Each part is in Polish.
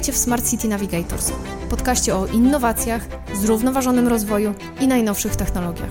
Witajcie w Smart City Navigators, podcaście o innowacjach, zrównoważonym rozwoju i najnowszych technologiach.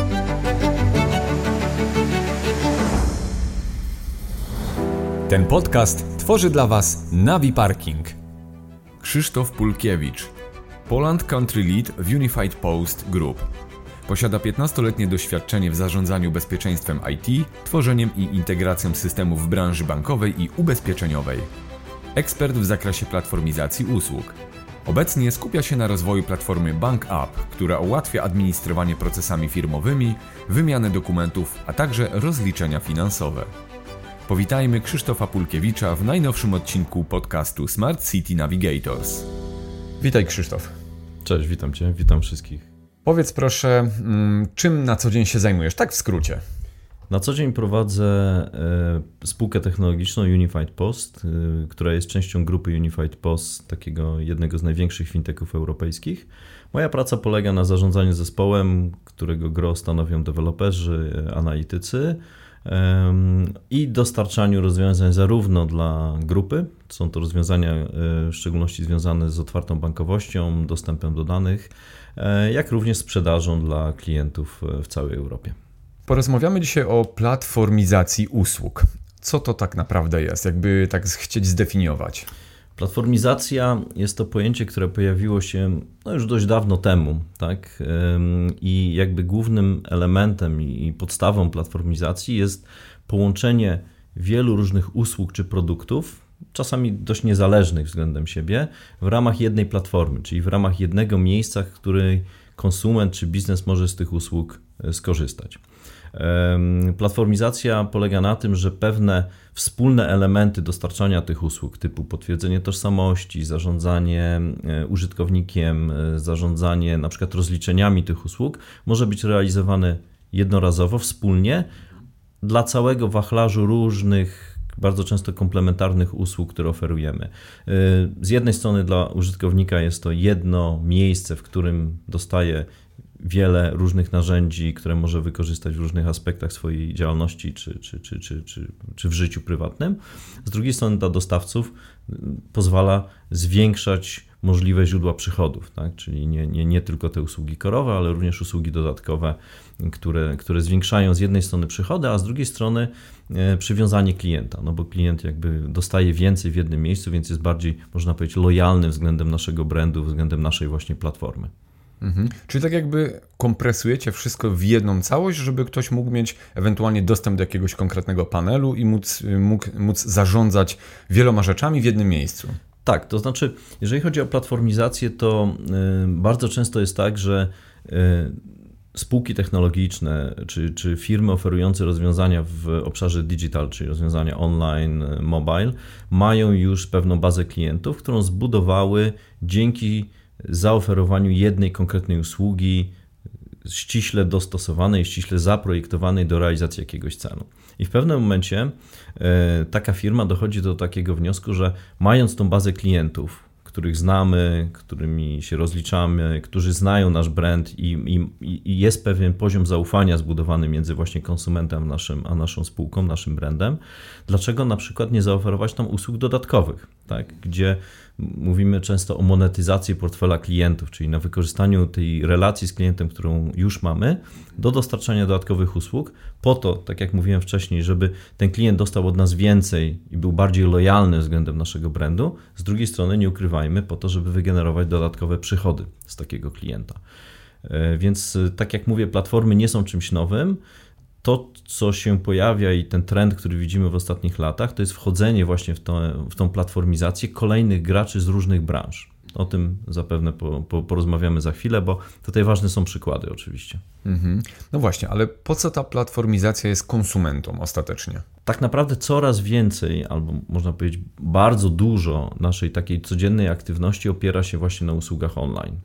Ten podcast tworzy dla Was Navi Parking. Krzysztof Pulkiewicz, Poland Country Lead w Unified Post Group. Posiada 15-letnie doświadczenie w zarządzaniu bezpieczeństwem IT, tworzeniem i integracją systemów w branży bankowej i ubezpieczeniowej. Ekspert w zakresie platformizacji usług. Obecnie skupia się na rozwoju platformy BankUp, która ułatwia administrowanie procesami firmowymi, wymianę dokumentów, a także rozliczenia finansowe. Powitajmy Krzysztofa Pulkiewicza w najnowszym odcinku podcastu Smart City Navigators. Witaj Krzysztof. Cześć, witam Cię, witam wszystkich. Powiedz proszę, czym na co dzień się zajmujesz? Tak w skrócie. Na co dzień prowadzę spółkę technologiczną Unified Post, która jest częścią grupy Unified Post, takiego jednego z największych fintechów europejskich. Moja praca polega na zarządzaniu zespołem, którego gros stanowią deweloperzy, analitycy, i dostarczaniu rozwiązań zarówno dla grupy, są to rozwiązania w szczególności związane z otwartą bankowością, dostępem do danych, jak również sprzedażą dla klientów w całej Europie. Porozmawiamy dzisiaj o platformizacji usług. Co to tak naprawdę jest? Jakby tak chcieć zdefiniować? Platformizacja jest to pojęcie, które pojawiło się już dość dawno temu, tak? I jakby głównym elementem i podstawą platformizacji jest połączenie wielu różnych usług czy produktów, czasami dość niezależnych względem siebie, w ramach jednej platformy, czyli w ramach jednego miejsca, w której konsument czy biznes może z tych usług skorzystać. Platformizacja polega na tym, że pewne wspólne elementy dostarczania tych usług, typu potwierdzenie tożsamości, zarządzanie użytkownikiem, zarządzanie na przykład rozliczeniami tych usług, może być realizowane jednorazowo, wspólnie dla całego wachlarzu różnych, bardzo często komplementarnych usług, które oferujemy. Z jednej strony dla użytkownika jest to jedno miejsce, w którym dostaje wiele różnych narzędzi, które może wykorzystać w różnych aspektach swojej działalności czy w życiu prywatnym. Z drugiej strony dla dostawców pozwala zwiększać możliwe źródła przychodów, tak? Czyli nie tylko te usługi core, ale również usługi dodatkowe, które zwiększają z jednej strony przychody, a z drugiej strony przywiązanie klienta, no bo klient jakby dostaje więcej w jednym miejscu, więc jest bardziej, można powiedzieć, lojalny względem naszego brandu, względem naszej właśnie platformy. Czyli tak jakby kompresujecie wszystko w jedną całość, żeby ktoś mógł mieć ewentualnie dostęp do jakiegoś konkretnego panelu i móc zarządzać wieloma rzeczami w jednym miejscu. Tak, to znaczy, jeżeli chodzi o platformizację, to bardzo często jest tak, że spółki technologiczne czy firmy oferujące rozwiązania w obszarze digital, czyli rozwiązania online, mobile, mają już pewną bazę klientów, którą zbudowały dzięki zaoferowaniu jednej konkretnej usługi ściśle dostosowanej, ściśle zaprojektowanej do realizacji jakiegoś celu. I w pewnym momencie taka firma dochodzi do takiego wniosku, że mając tą bazę klientów, których znamy, którymi się rozliczamy, którzy znają nasz brand i jest pewien poziom zaufania zbudowany między właśnie konsumentem a naszą spółką, naszym brandem, dlaczego na przykład nie zaoferować tam usług dodatkowych, tak? Gdzie mówimy często o monetyzacji portfela klientów, czyli na wykorzystaniu tej relacji z klientem, którą już mamy, do dostarczania dodatkowych usług, po to, tak jak mówiłem wcześniej, żeby ten klient dostał od nas więcej i był bardziej lojalny względem naszego brandu, z drugiej strony nie ukrywajmy, po to, żeby wygenerować dodatkowe przychody z takiego klienta. Więc tak jak mówię, platformy nie są czymś nowym. To, co się pojawia i ten trend, który widzimy w ostatnich latach, to jest wchodzenie właśnie w tą platformizację kolejnych graczy z różnych branż. O tym zapewne porozmawiamy za chwilę, bo tutaj ważne są przykłady oczywiście. No właśnie, ale po co ta platformizacja jest konsumentom ostatecznie? Tak naprawdę coraz więcej, albo można powiedzieć bardzo dużo naszej takiej codziennej aktywności opiera się właśnie na usługach online.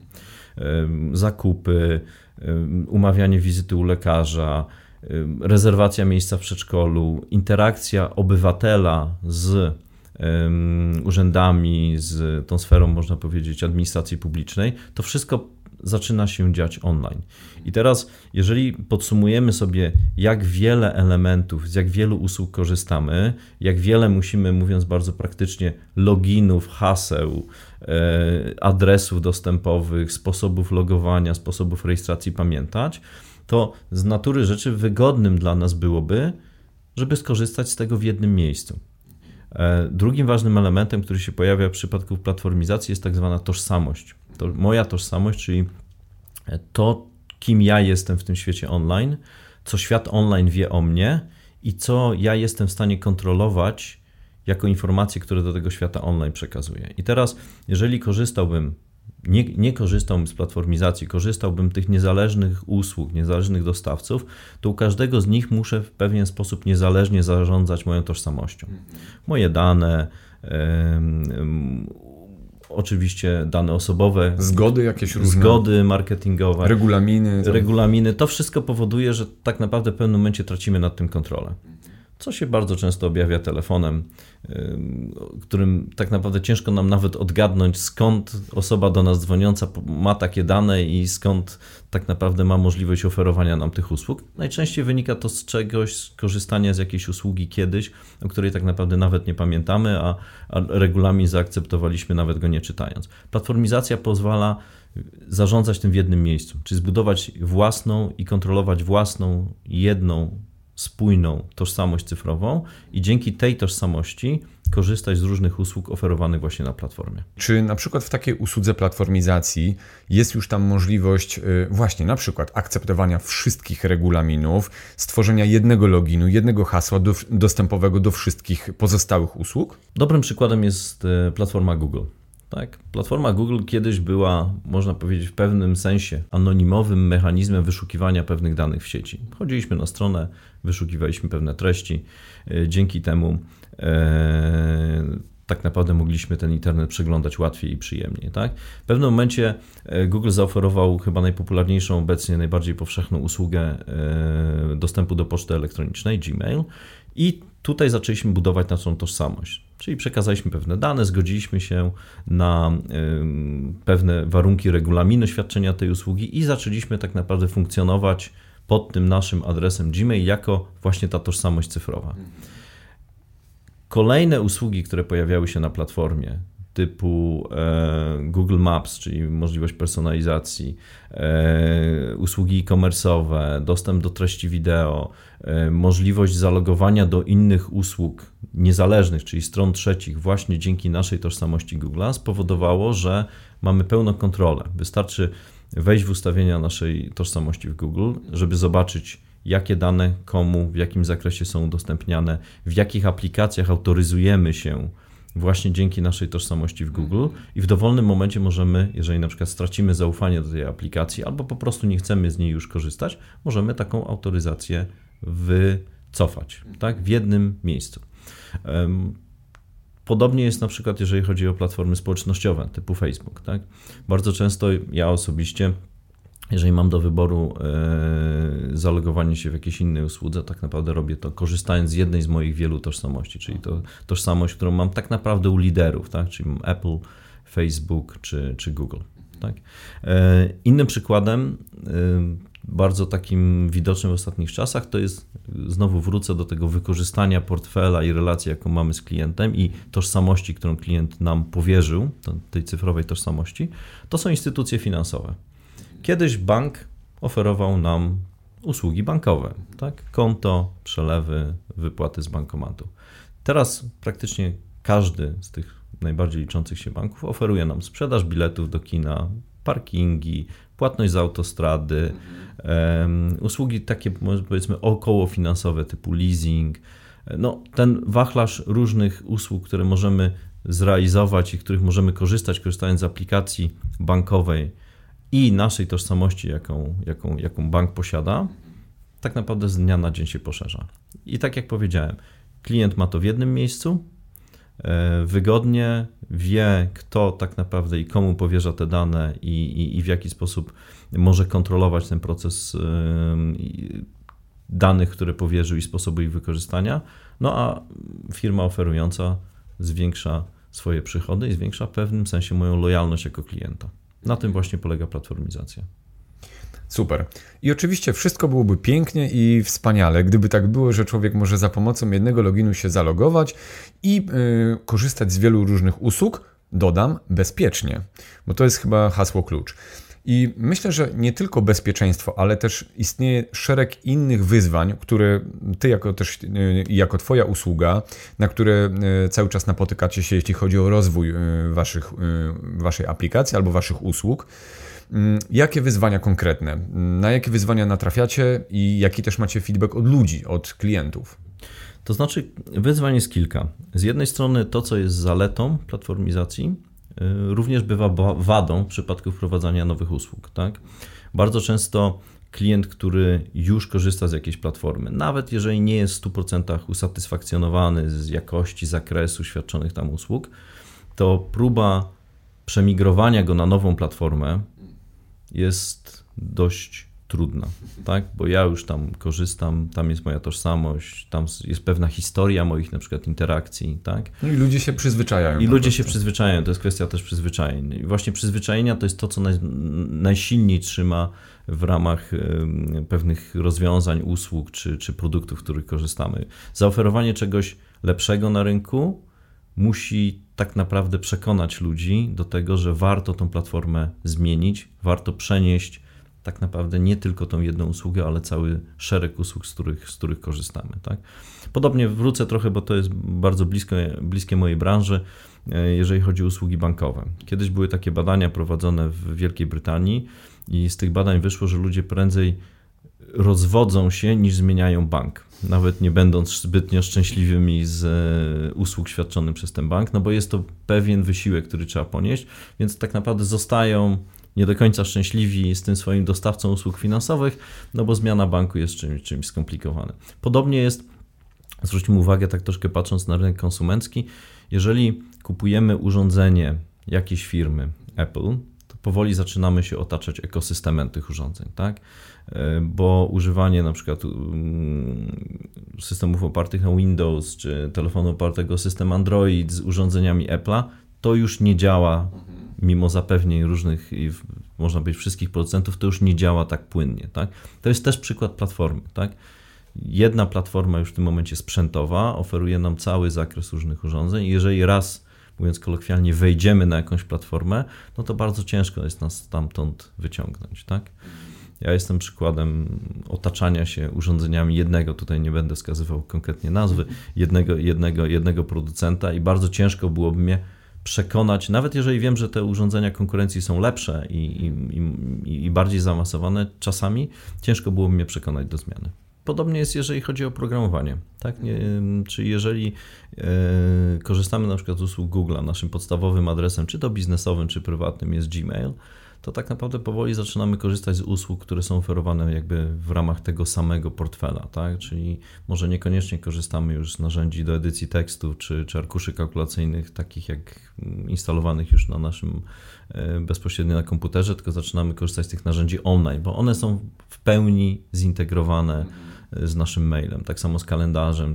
Zakupy, umawianie wizyty u lekarza, rezerwacja miejsca w przedszkolu, interakcja obywatela z urzędami, z tą sferą, można powiedzieć, administracji publicznej, to wszystko zaczyna się dziać online. I teraz, jeżeli podsumujemy sobie, jak wiele elementów, z jak wielu usług korzystamy, jak wiele musimy, mówiąc bardzo praktycznie, loginów, haseł, adresów dostępowych, sposobów logowania, sposobów rejestracji pamiętać, to z natury rzeczy wygodnym dla nas byłoby, żeby skorzystać z tego w jednym miejscu. Drugim ważnym elementem, który się pojawia w przypadku platformizacji, jest tak zwana tożsamość. To moja tożsamość, czyli to, kim ja jestem w tym świecie online, co świat online wie o mnie i co ja jestem w stanie kontrolować jako informacje, które do tego świata online przekazuję. I teraz, jeżeli nie korzystałbym z platformizacji, korzystałbym tych niezależnych usług, niezależnych dostawców, to u każdego z nich muszę w pewien sposób niezależnie zarządzać moją tożsamością. Moje dane, oczywiście dane osobowe, zgody jakieś różne, zgody marketingowe, regulaminy, to wszystko powoduje, że tak naprawdę w pewnym momencie tracimy nad tym kontrolę. Co się bardzo często objawia telefonem, którym tak naprawdę ciężko nam nawet odgadnąć, skąd osoba do nas dzwoniąca ma takie dane i skąd tak naprawdę ma możliwość oferowania nam tych usług. Najczęściej wynika to z czegoś, z korzystania z jakiejś usługi kiedyś, o której tak naprawdę nawet nie pamiętamy, a regulamin zaakceptowaliśmy nawet go nie czytając. Platformizacja pozwala zarządzać tym w jednym miejscu, czyli zbudować własną i kontrolować własną, jedną, spójną tożsamość cyfrową i dzięki tej tożsamości korzystać z różnych usług oferowanych właśnie na platformie. Czy na przykład w takiej usłudze platformizacji jest już tam możliwość właśnie na przykład akceptowania wszystkich regulaminów, stworzenia jednego loginu, jednego hasła dostępowego do wszystkich pozostałych usług? Dobrym przykładem jest platforma Google. Tak? Platforma Google kiedyś była, można powiedzieć, w pewnym sensie anonimowym mechanizmem wyszukiwania pewnych danych w sieci. Chodziliśmy na stronę, wyszukiwaliśmy pewne treści, dzięki temu tak naprawdę mogliśmy ten internet przeglądać łatwiej i przyjemniej. Tak? W pewnym momencie Google zaoferował chyba najpopularniejszą obecnie, najbardziej powszechną usługę dostępu do poczty elektronicznej, Gmail, i tutaj zaczęliśmy budować naszą tożsamość. Czyli przekazaliśmy pewne dane, zgodziliśmy się na pewne warunki regulaminu świadczenia tej usługi i zaczęliśmy tak naprawdę funkcjonować pod tym naszym adresem Gmail jako właśnie ta tożsamość cyfrowa. Kolejne usługi, które pojawiały się na platformie, typu Google Maps, czyli możliwość personalizacji, usługi e-commerce'owe, dostęp do treści wideo, możliwość zalogowania do innych usług niezależnych, czyli stron trzecich właśnie dzięki naszej tożsamości Google'a spowodowało, że mamy pełną kontrolę. Wystarczy wejść w ustawienia naszej tożsamości w Google, żeby zobaczyć, jakie dane komu, w jakim zakresie są udostępniane, w jakich aplikacjach autoryzujemy się właśnie dzięki naszej tożsamości w Google i w dowolnym momencie możemy, jeżeli na przykład stracimy zaufanie do tej aplikacji albo po prostu nie chcemy z niej już korzystać, możemy taką autoryzację wycofać, tak, w jednym miejscu. Podobnie jest na przykład, jeżeli chodzi o platformy społecznościowe typu Facebook. Tak? Bardzo często ja osobiście, jeżeli mam do wyboru zalogowanie się w jakiejś innej usłudze, tak naprawdę robię to korzystając z jednej z moich wielu tożsamości, czyli to tożsamość, którą mam tak naprawdę u liderów, tak? Czyli Apple, Facebook czy Google. Tak? Innym przykładem, bardzo takim widocznym w ostatnich czasach, to jest, znowu wrócę do tego wykorzystania portfela i relacji, jaką mamy z klientem i tożsamości, którą klient nam powierzył, tej cyfrowej tożsamości, to są instytucje finansowe. Kiedyś bank oferował nam usługi bankowe, tak? Konto, przelewy, wypłaty z bankomatu. Teraz praktycznie każdy z tych najbardziej liczących się banków oferuje nam sprzedaż biletów do kina, parkingi, płatność za autostrady, usługi takie, powiedzmy, okołofinansowe typu leasing. No, ten wachlarz różnych usług, które możemy zrealizować i których możemy korzystać, korzystając z aplikacji bankowej i naszej tożsamości, jaką bank posiada, tak naprawdę z dnia na dzień się poszerza. I tak jak powiedziałem, klient ma to w jednym miejscu, wygodnie wie, kto tak naprawdę i komu powierza te dane i w jaki sposób może kontrolować ten proces danych, które powierzył i sposobu ich wykorzystania, no a firma oferująca zwiększa swoje przychody i zwiększa w pewnym sensie moją lojalność jako klienta. Na tym właśnie polega platformizacja. Super. I oczywiście wszystko byłoby pięknie i wspaniale, gdyby tak było, że człowiek może za pomocą jednego loginu się zalogować i korzystać z wielu różnych usług, dodam, bezpiecznie, bo to jest chyba hasło klucz. I myślę, że nie tylko bezpieczeństwo, ale też istnieje szereg innych wyzwań, które ty jako twoja usługa, na które cały czas napotykacie się, jeśli chodzi o rozwój waszej aplikacji albo waszych usług. Jakie wyzwania konkretne? Na jakie wyzwania natrafiacie i jaki też macie feedback od ludzi, od klientów? To znaczy wyzwań jest kilka. Z jednej strony to, co jest zaletą platformizacji, również bywa wadą w przypadku wprowadzania nowych usług. Tak? Bardzo często klient, który już korzysta z jakiejś platformy, nawet jeżeli nie jest w 100% usatysfakcjonowany z jakości, zakresu świadczonych tam usług, to próba przemigrowania go na nową platformę jest dość trudna, tak? Bo ja już tam korzystam, tam jest moja tożsamość, tam jest pewna historia moich na przykład interakcji, tak? No i ludzie się przyzwyczajają. I ludzie się przyzwyczajają, to jest kwestia też przyzwyczajeń. I właśnie przyzwyczajenia to jest to, co najsilniej trzyma w ramach pewnych rozwiązań, usług czy produktów, w których korzystamy. Zaoferowanie czegoś lepszego na rynku musi tak naprawdę przekonać ludzi do tego, że warto tą platformę zmienić, warto przenieść tak naprawdę nie tylko tą jedną usługę, ale cały szereg usług, z których korzystamy. Tak? Podobnie wrócę trochę, bo to jest bardzo bliskie mojej branży, jeżeli chodzi o usługi bankowe. Kiedyś były takie badania prowadzone w Wielkiej Brytanii i z tych badań wyszło, że ludzie prędzej rozwodzą się niż zmieniają bank, nawet nie będąc zbytnio szczęśliwymi z usług świadczonych przez ten bank, no bo jest to pewien wysiłek, który trzeba ponieść, więc tak naprawdę zostają nie do końca szczęśliwi z tym swoim dostawcą usług finansowych, no bo zmiana banku jest czymś skomplikowanym. Podobnie jest, zwróćmy uwagę, tak troszkę patrząc na rynek konsumencki, jeżeli kupujemy urządzenie jakiejś firmy Apple, to powoli zaczynamy się otaczać ekosystemem tych urządzeń, tak? Bo używanie na przykład systemów opartych na Windows, czy telefonu opartego o system Android z urządzeniami Apple'a, to już nie działa, mimo zapewnień różnych i można powiedzieć wszystkich producentów, to już nie działa tak płynnie, tak? To jest też przykład platformy, tak? Jedna platforma już w tym momencie sprzętowa oferuje nam cały zakres różnych urządzeń i jeżeli raz, mówiąc kolokwialnie, wejdziemy na jakąś platformę, no to bardzo ciężko jest nas stamtąd wyciągnąć, tak? Ja jestem przykładem otaczania się urządzeniami jednego, tutaj nie będę wskazywał konkretnie nazwy, jednego producenta i bardzo ciężko byłoby mnie przekonać, nawet jeżeli wiem, że te urządzenia konkurencji są lepsze i bardziej zaawansowane, czasami ciężko byłoby mnie przekonać do zmiany. Podobnie jest, jeżeli chodzi o programowanie. Tak? Czyli jeżeli korzystamy na przykład z usług Google'a, naszym podstawowym adresem, czy to biznesowym, czy prywatnym jest Gmail, to tak naprawdę powoli zaczynamy korzystać z usług, które są oferowane jakby w ramach tego samego portfela, tak? Czyli może niekoniecznie korzystamy już z narzędzi do edycji tekstu czy arkuszy kalkulacyjnych, takich jak instalowanych już na naszym bezpośrednio na komputerze, tylko zaczynamy korzystać z tych narzędzi online, bo one są w pełni zintegrowane z naszym mailem, tak samo z kalendarzem,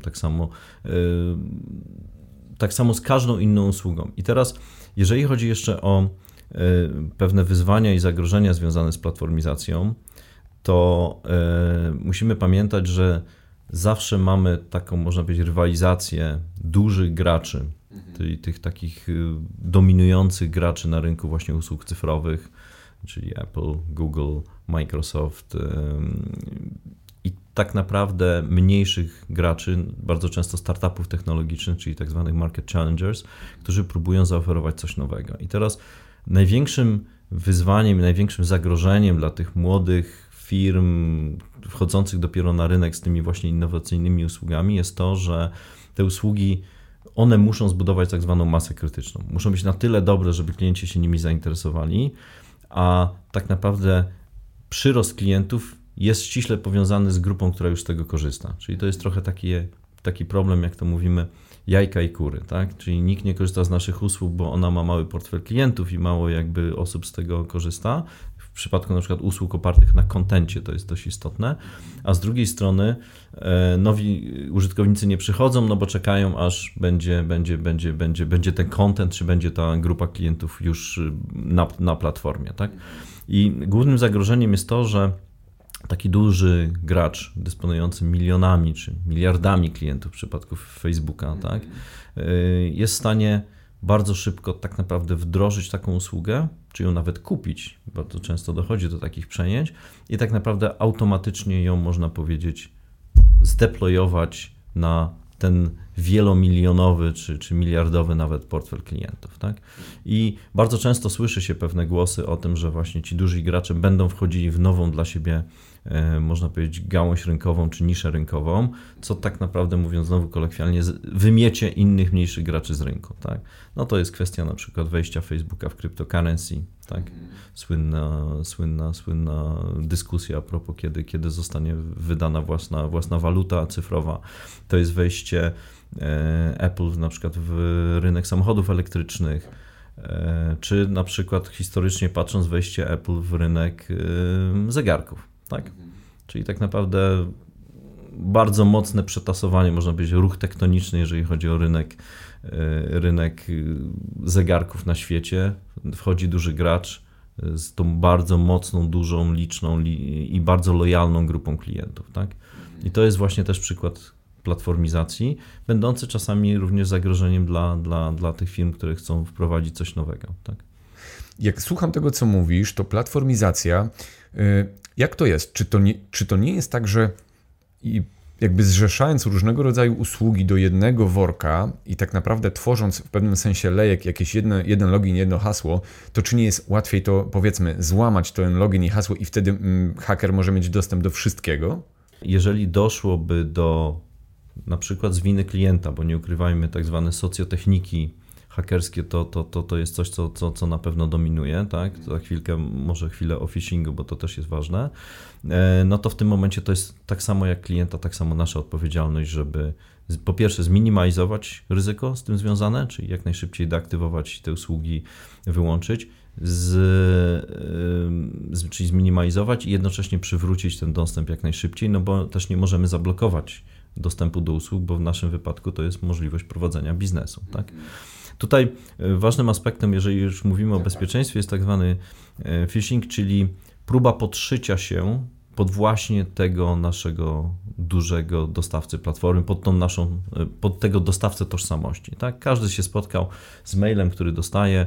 tak samo z każdą inną usługą. I teraz, jeżeli chodzi jeszcze o pewne wyzwania i zagrożenia związane z platformizacją, to musimy pamiętać, że zawsze mamy taką, można powiedzieć, rywalizację dużych graczy, czyli tych takich dominujących graczy na rynku właśnie usług cyfrowych, czyli Apple, Google, Microsoft i tak naprawdę mniejszych graczy, bardzo często startupów technologicznych, czyli tak zwanych market challengers, którzy próbują zaoferować coś nowego. I teraz największym wyzwaniem, największym zagrożeniem dla tych młodych firm wchodzących dopiero na rynek z tymi właśnie innowacyjnymi usługami jest to, że te usługi, one muszą zbudować tak zwaną masę krytyczną. Muszą być na tyle dobre, żeby klienci się nimi zainteresowali, a tak naprawdę przyrost klientów jest ściśle powiązany z grupą, która już z tego korzysta. Czyli to jest trochę takie taki problem, jak to mówimy, jajka i kury, tak? Czyli nikt nie korzysta z naszych usług, bo ona ma mały portfel klientów i mało jakby osób z tego korzysta. W przypadku na przykład usług opartych na kontencie to jest dość istotne, a z drugiej strony nowi użytkownicy nie przychodzą, no bo czekają, aż będzie ten content, czy będzie ta grupa klientów już na platformie, tak? I głównym zagrożeniem jest to, że taki duży gracz dysponujący milionami czy miliardami klientów w przypadku Facebooka, tak, jest w stanie bardzo szybko tak naprawdę wdrożyć taką usługę, czy ją nawet kupić. Bardzo często dochodzi do takich przejęć i tak naprawdę automatycznie ją, można powiedzieć, zdeployować na ten wielomilionowy czy miliardowy nawet portfel klientów, tak? I bardzo często słyszy się pewne głosy o tym, że właśnie ci duzi gracze będą wchodzili w nową dla siebie, można powiedzieć, gałąź rynkową czy niszę rynkową, co tak naprawdę, mówiąc znowu kolokwialnie, wymiecie innych mniejszych graczy z rynku, tak? No to jest kwestia na przykład wejścia Facebooka w cryptocurrency, tak? Słynna dyskusja a propos, kiedy zostanie wydana własna waluta cyfrowa. To jest wejście Apple na przykład w rynek samochodów elektrycznych, czy na przykład historycznie patrząc wejście Apple w rynek zegarków, tak? Czyli tak naprawdę bardzo mocne przetasowanie, można powiedzieć, ruch tektoniczny, jeżeli chodzi o rynek zegarków na świecie. Wchodzi duży gracz z tą bardzo mocną, dużą, liczną i bardzo lojalną grupą klientów, tak? I to jest właśnie też przykład platformizacji, będący czasami również zagrożeniem dla tych firm, które chcą wprowadzić coś nowego, tak? Jak słucham tego, co mówisz, to platformizacja, jak to jest? Czy to nie jest tak, że jakby zrzeszając różnego rodzaju usługi do jednego worka i tak naprawdę tworząc w pewnym sensie lejek, jakieś jeden login, jedno hasło, to czy nie jest łatwiej to, powiedzmy, złamać ten login i hasło i wtedy haker może mieć dostęp do wszystkiego? Jeżeli doszłoby do na przykład z winy klienta, bo nie ukrywajmy, tak zwane socjotechniki hakerskie, to jest coś, co na pewno dominuje, tak? Za chwilkę, może chwilę o phishingu, bo to też jest ważne. No to w tym momencie to jest tak samo jak klienta, tak samo nasza odpowiedzialność, żeby po pierwsze zminimalizować ryzyko z tym związane, czyli jak najszybciej deaktywować te usługi, wyłączyć, czyli zminimalizować i jednocześnie przywrócić ten dostęp jak najszybciej, no bo też nie możemy zablokować dostępu do usług, bo w naszym wypadku to jest możliwość prowadzenia biznesu, tak? Tutaj ważnym aspektem, jeżeli już mówimy o bezpieczeństwie, jest tak zwany phishing, czyli próba podszycia się pod właśnie tego naszego dużego dostawcy platformy, pod tego dostawcę tożsamości, tak? Każdy się spotkał z mailem, który dostaje,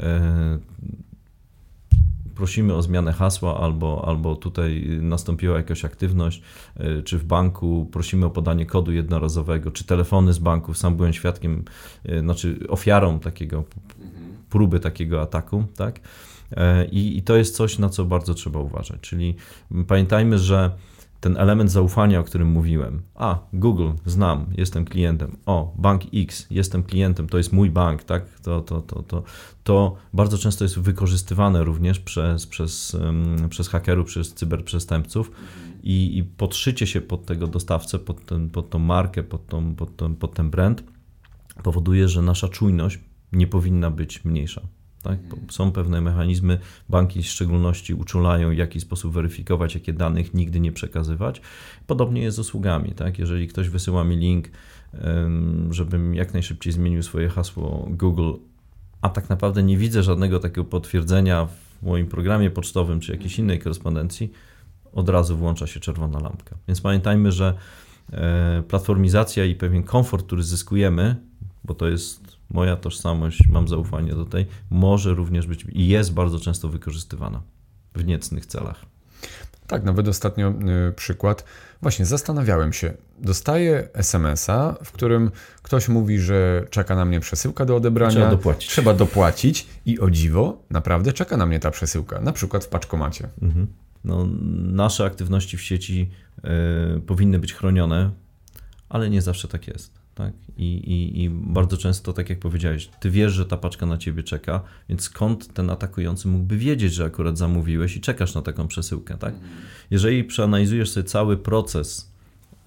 prosimy o zmianę hasła albo tutaj nastąpiła jakaś aktywność, czy w banku prosimy o podanie kodu jednorazowego, czy telefony z banków. Sam byłem świadkiem, ofiarą próby takiego ataku, tak? I to jest coś, na co bardzo trzeba uważać. Czyli pamiętajmy, że ten element zaufania, o którym mówiłem, Google, znam, jestem klientem, bank X, jestem klientem, to jest mój bank, tak? To bardzo często jest wykorzystywane również przez hakerów, przez cyberprzestępców i podszycie się pod tego dostawcę, pod tą markę, pod ten brand powoduje, że nasza czujność nie powinna być mniejsza. Tak? Są pewne mechanizmy, banki w szczególności uczulają, w jaki sposób weryfikować, jakie danych nigdy nie przekazywać. Podobnie jest z usługami. Tak? Jeżeli ktoś wysyła mi link, żebym jak najszybciej zmienił swoje hasło Google, a tak naprawdę nie widzę żadnego takiego potwierdzenia w moim programie pocztowym czy jakiejś innej korespondencji, od razu włącza się czerwona lampka. Więc pamiętajmy, że platformizacja i pewien komfort, który zyskujemy, bo to jest moja tożsamość, mam zaufanie do tej, może również być i jest bardzo często wykorzystywana w niecnych celach. Tak, nawet ostatnio przykład. Właśnie zastanawiałem się, dostaję SMS-a, w którym ktoś mówi, że czeka na mnie przesyłka do odebrania. Trzeba dopłacić i o dziwo, naprawdę czeka na mnie ta przesyłka, na przykład w paczkomacie. Mhm. No, nasze aktywności w sieci powinny być chronione, ale nie zawsze tak jest. Tak? I bardzo często, tak jak powiedziałeś, ty wiesz, że ta paczka na ciebie czeka, więc skąd ten atakujący mógłby wiedzieć, że akurat zamówiłeś i czekasz na taką przesyłkę, tak? Jeżeli przeanalizujesz sobie cały proces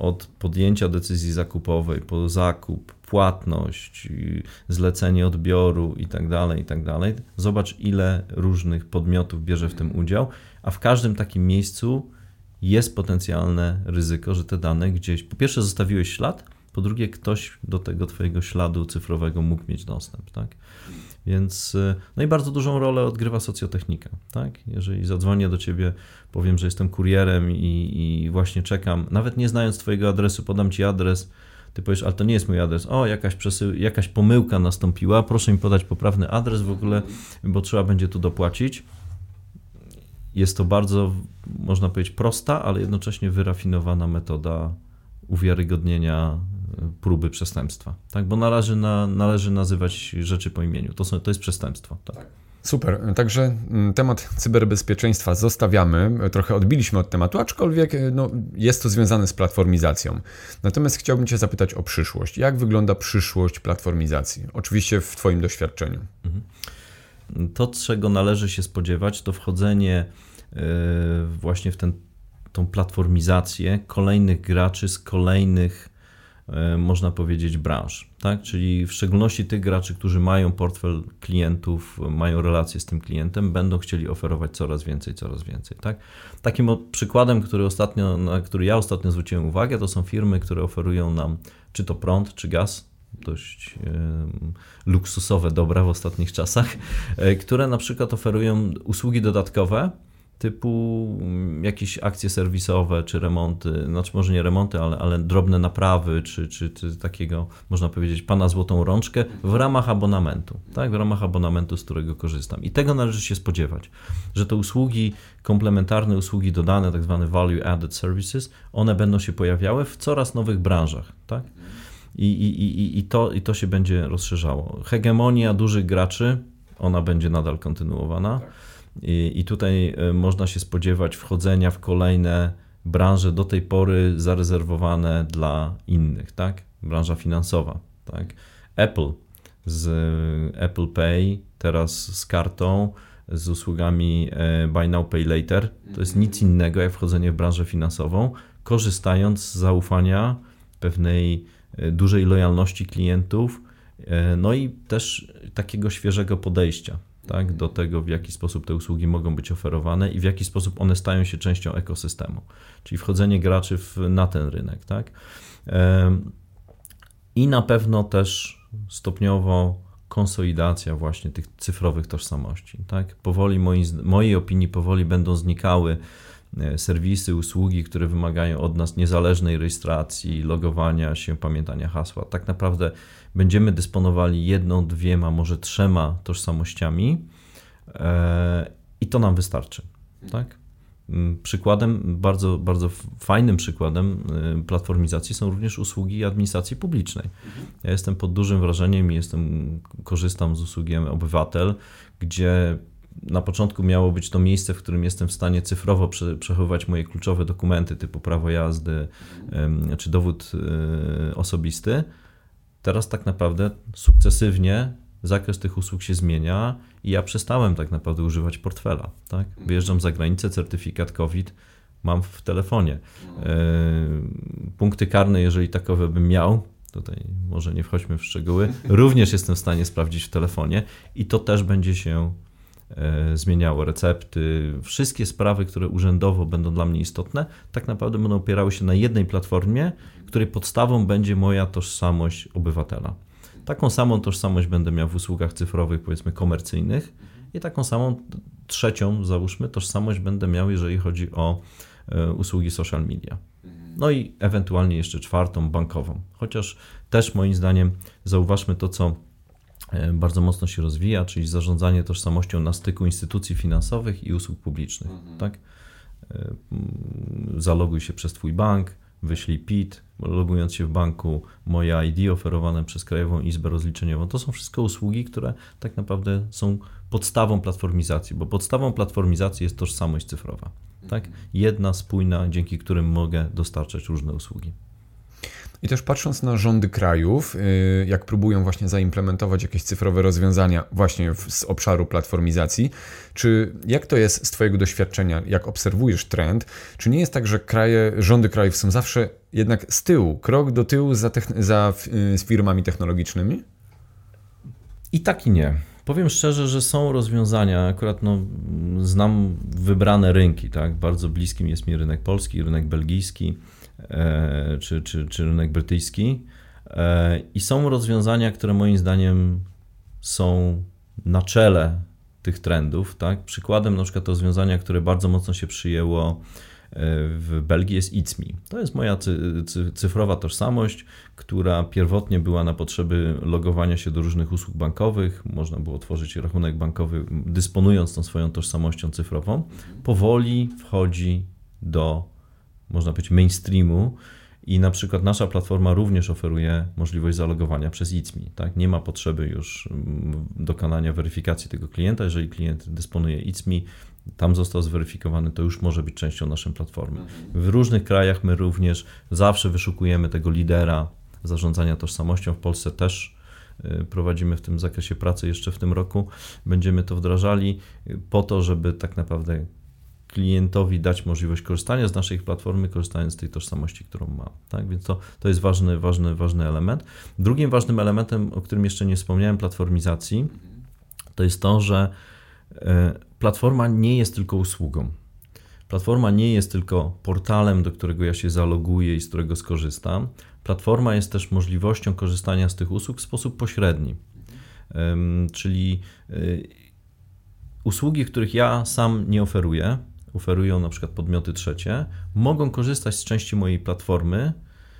od podjęcia decyzji zakupowej, po zakup, płatność, zlecenie odbioru i tak dalej. Zobacz, ile różnych podmiotów bierze w tym udział, a w każdym takim miejscu jest potencjalne ryzyko, że te dane gdzieś, po pierwsze zostawiłeś ślad, po drugie ktoś do tego twojego śladu cyfrowego mógł mieć dostęp, tak? Więc, no i bardzo dużą rolę odgrywa socjotechnika, tak? Jeżeli zadzwonię do ciebie, powiem, że jestem kurierem i właśnie czekam, nawet nie znając twojego adresu, podam ci adres, ty powiesz, ale to nie jest mój adres, jakaś pomyłka nastąpiła, proszę mi podać poprawny adres w ogóle, bo trzeba będzie tu dopłacić. Jest to bardzo, można powiedzieć, prosta, ale jednocześnie wyrafinowana metoda uwiarygodnienia próby przestępstwa, tak? Bo należy nazywać rzeczy po imieniu. To jest przestępstwo. Tak. Super, także temat cyberbezpieczeństwa zostawiamy, trochę odbiliśmy od tematu, aczkolwiek jest to związane z platformizacją. Natomiast chciałbym Cię zapytać o przyszłość. Jak wygląda przyszłość platformizacji? Oczywiście w Twoim doświadczeniu. To, czego należy się spodziewać, to wchodzenie właśnie w tą platformizację kolejnych graczy z kolejnych, można powiedzieć, branż, tak? Czyli w szczególności tych graczy, którzy mają portfel klientów, mają relacje z tym klientem, będą chcieli oferować coraz więcej, tak? Takim przykładem, na który ja ostatnio zwróciłem uwagę, to są firmy, które oferują nam czy to prąd, czy gaz, dość luksusowe dobra w ostatnich czasach, które na przykład oferują usługi dodatkowe, typu jakieś akcje serwisowe, czy remonty, znaczy może nie remonty, ale drobne naprawy, czy takiego, można powiedzieć, pana złotą rączkę w ramach abonamentu, tak? W ramach abonamentu, z którego korzystam. I tego należy się spodziewać, że te usługi komplementarne, usługi dodane, tak zwane value added services, one będą się pojawiały w coraz nowych branżach, tak? I to się będzie rozszerzało. Hegemonia dużych graczy, ona będzie nadal kontynuowana. I tutaj można się spodziewać wchodzenia w kolejne branże do tej pory zarezerwowane dla innych, tak? Branża finansowa, tak? Apple z Apple Pay, teraz z kartą, z usługami Buy Now, Pay Later. To jest nic innego jak wchodzenie w branżę finansową, korzystając z zaufania, pewnej dużej lojalności klientów, no i też takiego świeżego podejścia, tak, do tego, w jaki sposób te usługi mogą być oferowane i w jaki sposób one stają się częścią ekosystemu, czyli wchodzenie graczy na ten rynek, tak. I na pewno też stopniowo konsolidacja właśnie tych cyfrowych tożsamości, tak. Powoli, mojej opinii, powoli będą znikały serwisy, usługi, które wymagają od nas niezależnej rejestracji, logowania się, pamiętania hasła. Tak naprawdę będziemy dysponowali 1, 2, może 3 tożsamościami i to nam wystarczy, tak? Przykładem, bardzo, bardzo fajnym przykładem platformizacji są również usługi administracji publicznej. Ja jestem pod dużym wrażeniem i korzystam z usługi Obywatel, gdzie na początku miało być to miejsce, w którym jestem w stanie cyfrowo przechowywać moje kluczowe dokumenty typu prawo jazdy czy dowód osobisty. Teraz tak naprawdę sukcesywnie zakres tych usług się zmienia i ja przestałem tak naprawdę używać portfela. Tak? Wyjeżdżam za granicę, certyfikat COVID mam w telefonie. Punkty karne, jeżeli takowe bym miał, tutaj może nie wchodźmy w szczegóły, również jestem w stanie sprawdzić w telefonie i to też będzie się zmieniało. Recepty, wszystkie sprawy, które urzędowo będą dla mnie istotne, tak naprawdę będą opierały się na jednej platformie, której podstawą będzie moja tożsamość obywatela. Taką samą tożsamość będę miał w usługach cyfrowych, powiedzmy komercyjnych i taką samą trzecią, załóżmy, tożsamość będę miał, jeżeli chodzi o usługi social media. No i ewentualnie jeszcze 4, bankową. Chociaż też moim zdaniem zauważmy to, co bardzo mocno się rozwija, czyli zarządzanie tożsamością na styku instytucji finansowych i usług publicznych. Tak? Zaloguj się przez Twój bank, wyślij PIT, logując się w banku, moje ID oferowane przez Krajową Izbę Rozliczeniową. To są wszystko usługi, które tak naprawdę są podstawą platformizacji, bo podstawą platformizacji jest tożsamość cyfrowa. Tak? Jedna, spójna, dzięki którym mogę dostarczać różne usługi. I też patrząc na rządy krajów, jak próbują właśnie zaimplementować jakieś cyfrowe rozwiązania właśnie z obszaru platformizacji, czy jak to jest z Twojego doświadczenia, jak obserwujesz trend, czy nie jest tak, że rządy krajów są zawsze jednak z tyłu, krok do tyłu z firmami technologicznymi? I tak i nie. Powiem szczerze, że są rozwiązania, akurat znam wybrane rynki, tak? Bardzo bliskim jest mi rynek polski, rynek belgijski czy rynek brytyjski i są rozwiązania, które moim zdaniem są na czele tych trendów, tak? Przykładem na przykład rozwiązania, które bardzo mocno się przyjęło w Belgii jest It's Me. To jest moja cyfrowa tożsamość, która pierwotnie była na potrzeby logowania się do różnych usług bankowych. Można było otworzyć rachunek bankowy, dysponując tą swoją tożsamością cyfrową. Powoli wchodzi do, można powiedzieć, mainstreamu i na przykład nasza platforma również oferuje możliwość zalogowania przez It's Me. Tak? Nie ma potrzeby już dokonania weryfikacji tego klienta. Jeżeli klient dysponuje It's Me, tam został zweryfikowany, to już może być częścią naszej platformy. W różnych krajach my również zawsze wyszukujemy tego lidera zarządzania tożsamością. W Polsce też prowadzimy w tym zakresie pracę jeszcze w tym roku. Będziemy to wdrażali po to, żeby tak naprawdę klientowi dać możliwość korzystania z naszej platformy, korzystając z tej tożsamości, którą ma. Tak? Więc to jest ważny element. Drugim ważnym elementem, o którym jeszcze nie wspomniałem, platformizacji, to jest to, że platforma nie jest tylko usługą. Platforma nie jest tylko portalem, do którego ja się zaloguję i z którego skorzystam. Platforma jest też możliwością korzystania z tych usług w sposób pośredni. Czyli usługi, których ja sam nie oferuję, oferują na przykład podmioty trzecie, mogą korzystać z części mojej platformy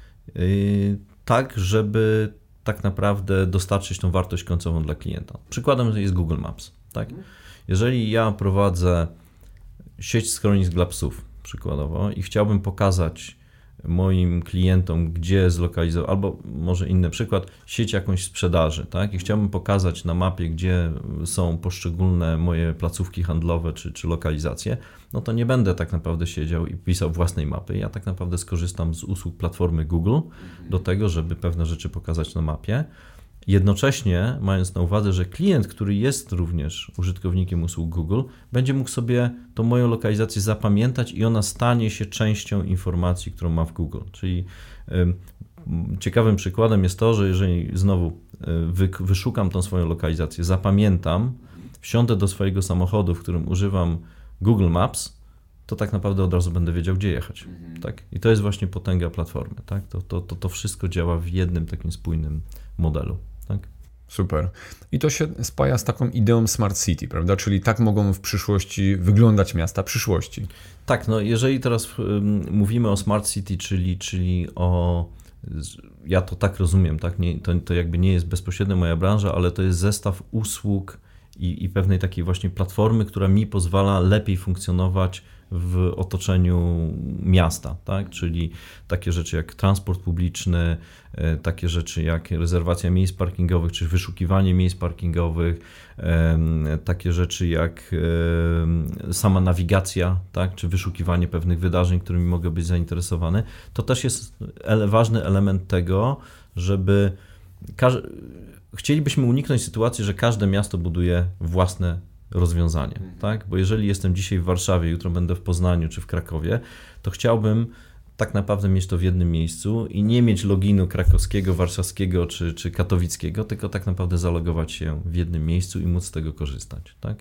tak, żeby tak naprawdę dostarczyć tą wartość końcową dla klienta. Przykładem jest Google Maps. Tak? Jeżeli ja prowadzę sieć schronisk dla psów przykładowo i chciałbym pokazać moim klientom, gdzie zlokalizować, albo może inny przykład, sieć jakąś sprzedaży, tak? I chciałbym pokazać na mapie, gdzie są poszczególne moje placówki handlowe czy lokalizacje, no to nie będę tak naprawdę siedział i pisał własnej mapy. Ja tak naprawdę skorzystam z usług platformy Google do tego, żeby pewne rzeczy pokazać na mapie. Jednocześnie mając na uwadze, że klient, który jest również użytkownikiem usług Google, będzie mógł sobie tą moją lokalizację zapamiętać i ona stanie się częścią informacji, którą ma w Google. Czyli ciekawym przykładem jest to, że jeżeli znowu wyszukam tą swoją lokalizację, zapamiętam, wsiądę do swojego samochodu, w którym używam Google Maps, to tak naprawdę od razu będę wiedział, gdzie jechać. Tak? I to jest właśnie potęga platformy. Tak? To wszystko działa w jednym takim spójnym modelu. Tak? Super. I to się spaja z taką ideą Smart City, prawda? Czyli tak mogą w przyszłości wyglądać miasta przyszłości. Tak, no jeżeli teraz mówimy o Smart City, czyli o, ja to tak rozumiem, tak? To jakby nie jest bezpośrednio moja branża, ale to jest zestaw usług i pewnej takiej właśnie platformy, która mi pozwala lepiej funkcjonować w otoczeniu miasta, tak? Czyli takie rzeczy jak transport publiczny, takie rzeczy jak rezerwacja miejsc parkingowych, czy wyszukiwanie miejsc parkingowych, takie rzeczy jak sama nawigacja, tak? Czy wyszukiwanie pewnych wydarzeń, którymi mogę być zainteresowany. To też jest ważny element tego, żeby chcielibyśmy uniknąć sytuacji, że każde miasto buduje własne rozwiązanie, tak? Bo jeżeli jestem dzisiaj w Warszawie, jutro będę w Poznaniu czy w Krakowie, to chciałbym tak naprawdę mieć to w jednym miejscu i nie mieć loginu krakowskiego, warszawskiego czy katowickiego, tylko tak naprawdę zalogować się w jednym miejscu i móc z tego korzystać, tak?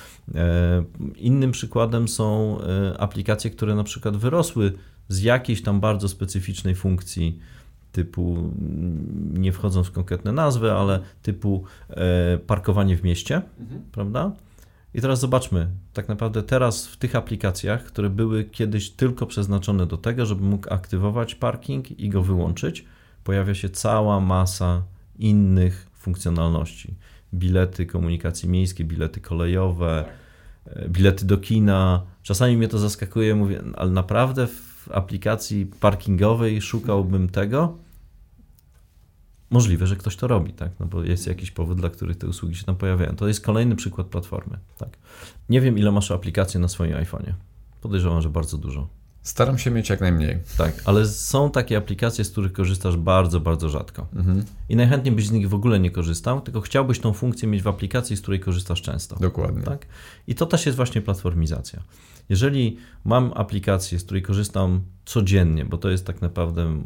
Innym przykładem są aplikacje, które na przykład wyrosły z jakiejś tam bardzo specyficznej funkcji typu, nie wchodząc w konkretne nazwy, ale typu parkowanie w mieście, prawda? I teraz zobaczmy, tak naprawdę teraz w tych aplikacjach, które były kiedyś tylko przeznaczone do tego, żeby mógł aktywować parking i go wyłączyć, pojawia się cała masa innych funkcjonalności. Bilety komunikacji miejskiej, bilety kolejowe, bilety do kina. Czasami mnie to zaskakuje, mówię, ale naprawdę w aplikacji parkingowej szukałbym tego? Możliwe, że ktoś to robi, tak? No bo jest jakiś powód, dla których te usługi się tam pojawiają. To jest kolejny przykład platformy. Tak? Nie wiem, ile masz aplikacji na swoim iPhone'ie. Podejrzewam, że bardzo dużo. Staram się mieć jak najmniej. Tak, ale są takie aplikacje, z których korzystasz bardzo, bardzo rzadko. I najchętniej byś z nich w ogóle nie korzystał, tylko chciałbyś tą funkcję mieć w aplikacji, z której korzystasz często. Dokładnie. Tak? I to też jest właśnie platformizacja. Jeżeli mam aplikację, z której korzystam codziennie, bo to jest tak naprawdę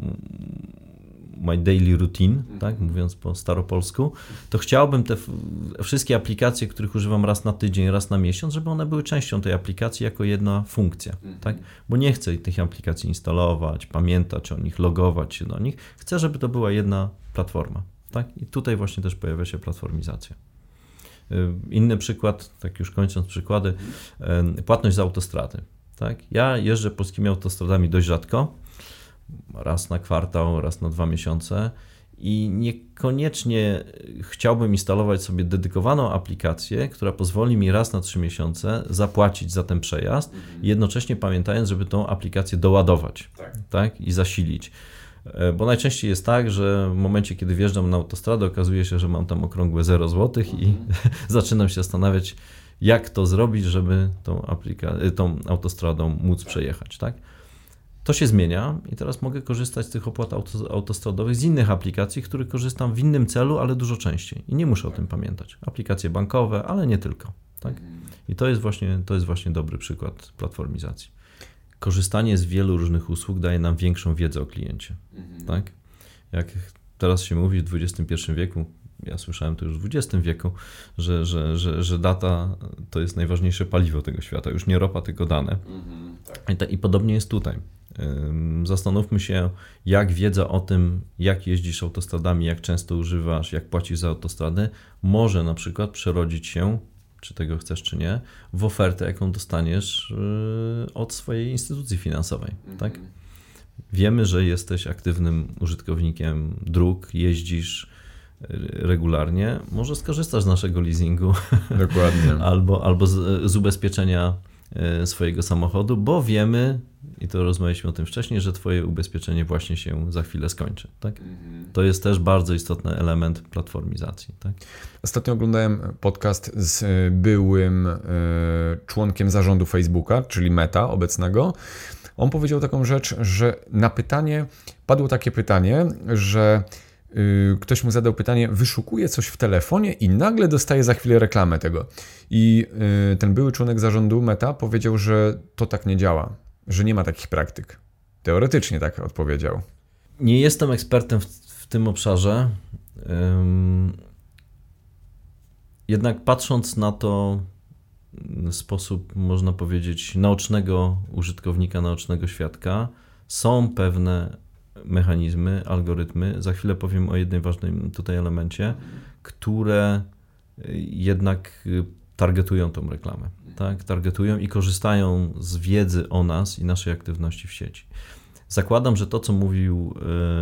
my daily routine, tak, mówiąc po staropolsku, to chciałbym te wszystkie aplikacje, których używam raz na tydzień, raz na miesiąc, żeby one były częścią tej aplikacji jako jedna funkcja, tak? Bo nie chcę tych aplikacji instalować, pamiętać o nich, logować się do nich. Chcę, żeby to była jedna platforma, tak? I tutaj właśnie też pojawia się platformizacja. Inny przykład, tak już kończąc przykłady, płatność za autostrady, tak? Ja jeżdżę polskimi autostradami dość rzadko, raz na kwartał, raz na 2 miesiące i niekoniecznie chciałbym instalować sobie dedykowaną aplikację, która pozwoli mi raz na 3 miesiące zapłacić za ten przejazd, jednocześnie pamiętając, żeby tą aplikację doładować, tak? I zasilić. Bo najczęściej jest tak, że w momencie, kiedy wjeżdżam na autostradę, okazuje się, że mam tam okrągłe 0 zł i zaczynam się zastanawiać, jak to zrobić, żeby tą autostradą móc przejechać, tak? To się zmienia i teraz mogę korzystać z tych opłat autostradowych z innych aplikacji, których korzystam w innym celu, ale dużo częściej i nie muszę o tym pamiętać. Aplikacje bankowe, ale nie tylko. Tak? I to jest właśnie dobry przykład platformizacji. Korzystanie z wielu różnych usług daje nam większą wiedzę o kliencie. Tak? Jak teraz się mówi w XXI wieku, ja słyszałem to już w XX wieku, że data to jest najważniejsze paliwo tego świata. Już nie ropa, tylko dane. I podobnie jest tutaj. Zastanówmy się, jak wiedza o tym, jak jeździsz autostradami, jak często używasz, jak płacisz za autostrady, może na przykład przerodzić się, czy tego chcesz, czy nie, w ofertę, jaką dostaniesz od swojej instytucji finansowej. Tak? Wiemy, że jesteś aktywnym użytkownikiem dróg, jeździsz regularnie, może skorzystasz z naszego leasingu. Dokładnie. albo z ubezpieczenia swojego samochodu, bo wiemy, i to rozmawialiśmy o tym wcześniej, że twoje ubezpieczenie właśnie się za chwilę skończy. Tak? To jest też bardzo istotny element platformizacji. Tak? Ostatnio oglądałem podcast z byłym członkiem zarządu Facebooka, czyli Meta obecnego. On powiedział taką rzecz, że na pytanie, padło takie pytanie, że ktoś mu zadał pytanie, wyszukuje coś w telefonie i nagle dostaje za chwilę reklamę tego. I ten były członek zarządu Meta powiedział, że to tak nie działa, że nie ma takich praktyk. Teoretycznie tak odpowiedział. Nie jestem ekspertem w tym obszarze. Jednak patrząc na to w sposób, można powiedzieć, naocznego użytkownika, naocznego świadka, są pewne mechanizmy, algorytmy, za chwilę powiem o jednym ważnym tutaj elemencie, które jednak targetują tą reklamę. Tak? Targetują i korzystają z wiedzy o nas i naszej aktywności w sieci. Zakładam, że to, co mówił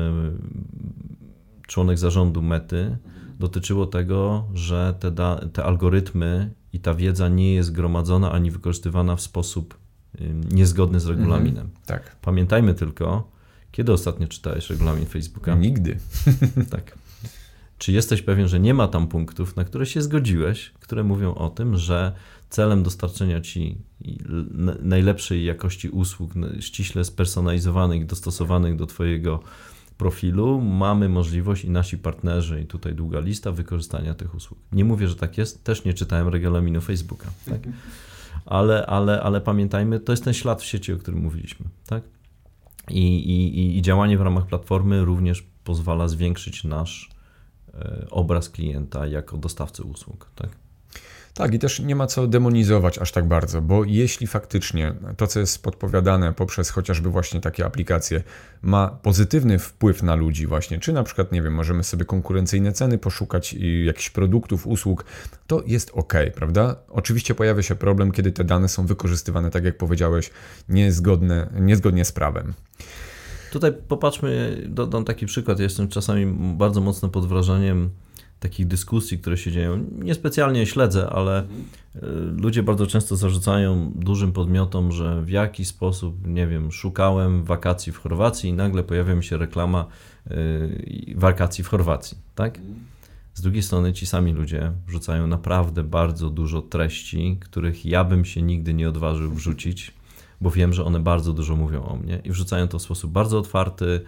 członek zarządu Mety, dotyczyło tego, że te algorytmy i ta wiedza nie jest gromadzona ani wykorzystywana w sposób niezgodny z regulaminem. Tak. Pamiętajmy tylko, kiedy ostatnio czytałeś regulamin Facebooka? Nigdy. Tak. Czy jesteś pewien, że nie ma tam punktów, na które się zgodziłeś, które mówią o tym, że celem dostarczenia ci najlepszej jakości usług, ściśle spersonalizowanych, dostosowanych do twojego profilu, mamy możliwość i nasi partnerzy, i tutaj długa lista, wykorzystania tych usług. Nie mówię, że tak jest, też nie czytałem regulaminu Facebooka, tak? Ale pamiętajmy, to jest ten ślad w sieci, o którym mówiliśmy, tak? I działanie w ramach platformy również pozwala zwiększyć nasz obraz klienta jako dostawcy usług, tak? Tak, i też nie ma co demonizować aż tak bardzo, bo jeśli faktycznie to, co jest podpowiadane poprzez chociażby właśnie takie aplikacje, ma pozytywny wpływ na ludzi właśnie, czy na przykład, nie wiem, możemy sobie konkurencyjne ceny poszukać i jakichś produktów, usług, to jest ok, prawda? Oczywiście pojawia się problem, kiedy te dane są wykorzystywane, tak jak powiedziałeś, niezgodnie z prawem. Tutaj popatrzmy, dodam taki przykład, ja jestem czasami bardzo mocno pod wrażeniem takich dyskusji, które się dzieją. Niespecjalnie śledzę, ale ludzie bardzo często zarzucają dużym podmiotom, że w jaki sposób, nie wiem, szukałem wakacji w Chorwacji i nagle pojawia mi się reklama wakacji w Chorwacji, tak? Z drugiej strony ci sami ludzie wrzucają naprawdę bardzo dużo treści, których ja bym się nigdy nie odważył wrzucić, bo wiem, że one bardzo dużo mówią o mnie i wrzucają to w sposób bardzo otwarty,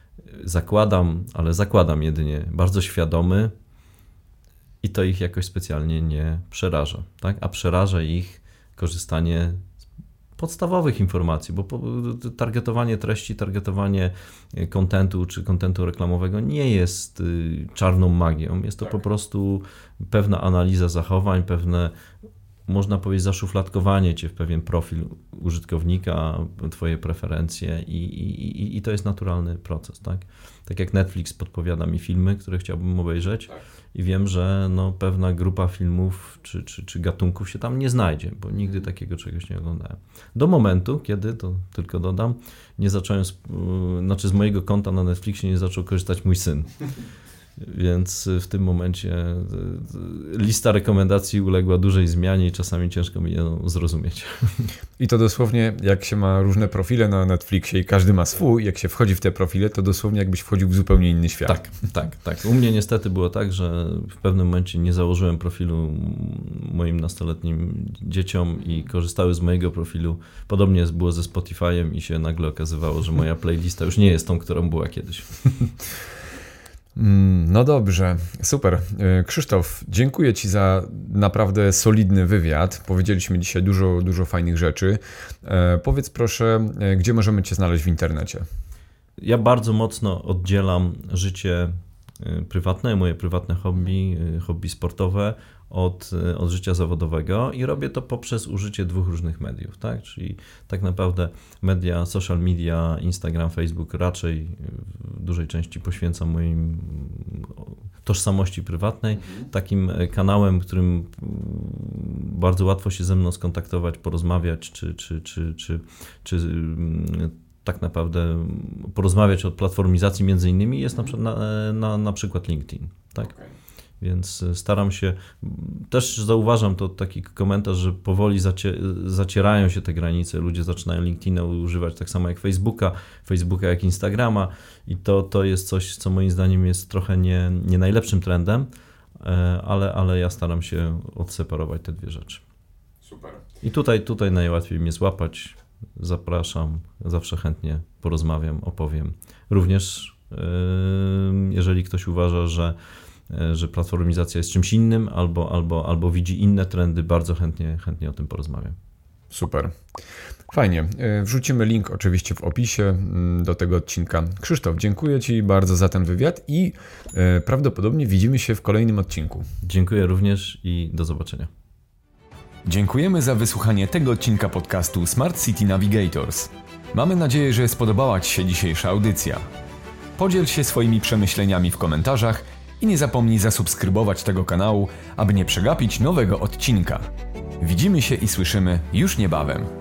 zakładam jedynie bardzo świadomy i to ich jakoś specjalnie nie przeraża, tak? A przeraża ich korzystanie z podstawowych informacji, bo targetowanie treści, targetowanie kontentu czy kontentu reklamowego nie jest czarną magią, jest to po prostu pewna analiza zachowań, pewne, można powiedzieć, zaszufladkowanie cię w pewien profil użytkownika, twoje preferencje i to jest naturalny proces, tak? Tak jak Netflix podpowiada mi filmy, które chciałbym obejrzeć i wiem, że pewna grupa filmów czy gatunków się tam nie znajdzie, bo nigdy takiego czegoś nie oglądałem. Do momentu, kiedy, to tylko dodam, nie zacząłem, z mojego konta na Netflixie nie zaczął korzystać mój syn. Więc w tym momencie lista rekomendacji uległa dużej zmianie i czasami ciężko mi ją zrozumieć. I to dosłownie, jak się ma różne profile na Netflixie i każdy ma swój, jak się wchodzi w te profile, to dosłownie jakbyś wchodził w zupełnie inny świat. Tak. U mnie niestety było tak, że w pewnym momencie nie założyłem profilu moim nastoletnim dzieciom i korzystały z mojego profilu. Podobnie było ze Spotify'em i się nagle okazywało, że moja playlista już nie jest tą, którą była kiedyś. No dobrze, super. Krzysztof, dziękuję Ci za naprawdę solidny wywiad. Powiedzieliśmy dzisiaj dużo fajnych rzeczy. Powiedz proszę, gdzie możemy Cię znaleźć w internecie? Ja bardzo mocno oddzielam życie prywatne, moje prywatne hobby sportowe od życia zawodowego i robię to poprzez użycie dwóch różnych mediów, tak? Czyli tak naprawdę media, social media, Instagram, Facebook raczej w dużej części poświęcam moim tożsamości prywatnej. Takim kanałem, którym bardzo łatwo się ze mną skontaktować, porozmawiać, czy tak naprawdę porozmawiać o platformizacji między innymi jest na przykład LinkedIn, tak? Okay. Więc staram się, też zauważam to taki komentarz, że powoli zacierają się te granice, ludzie zaczynają LinkedIna używać tak samo jak Facebooka jak Instagrama i to jest coś, co moim zdaniem jest trochę nie najlepszym trendem, ale ja staram się odseparować te dwie rzeczy. Super. I tutaj najłatwiej mnie złapać, zapraszam, zawsze chętnie porozmawiam, opowiem. Również jeżeli ktoś uważa, że platformizacja jest czymś innym albo widzi inne trendy, bardzo chętnie o tym porozmawiam. Super. Fajnie. Wrzucimy link oczywiście w opisie do tego odcinka. Krzysztof, dziękuję Ci bardzo za ten wywiad i prawdopodobnie widzimy się w kolejnym odcinku. Dziękuję również i do zobaczenia. Dziękujemy za wysłuchanie tego odcinka podcastu Smart City Navigators. Mamy nadzieję, że spodobała Ci się dzisiejsza audycja. Podziel się swoimi przemyśleniami w komentarzach i nie zapomnij zasubskrybować tego kanału, aby nie przegapić nowego odcinka. Widzimy się i słyszymy już niebawem.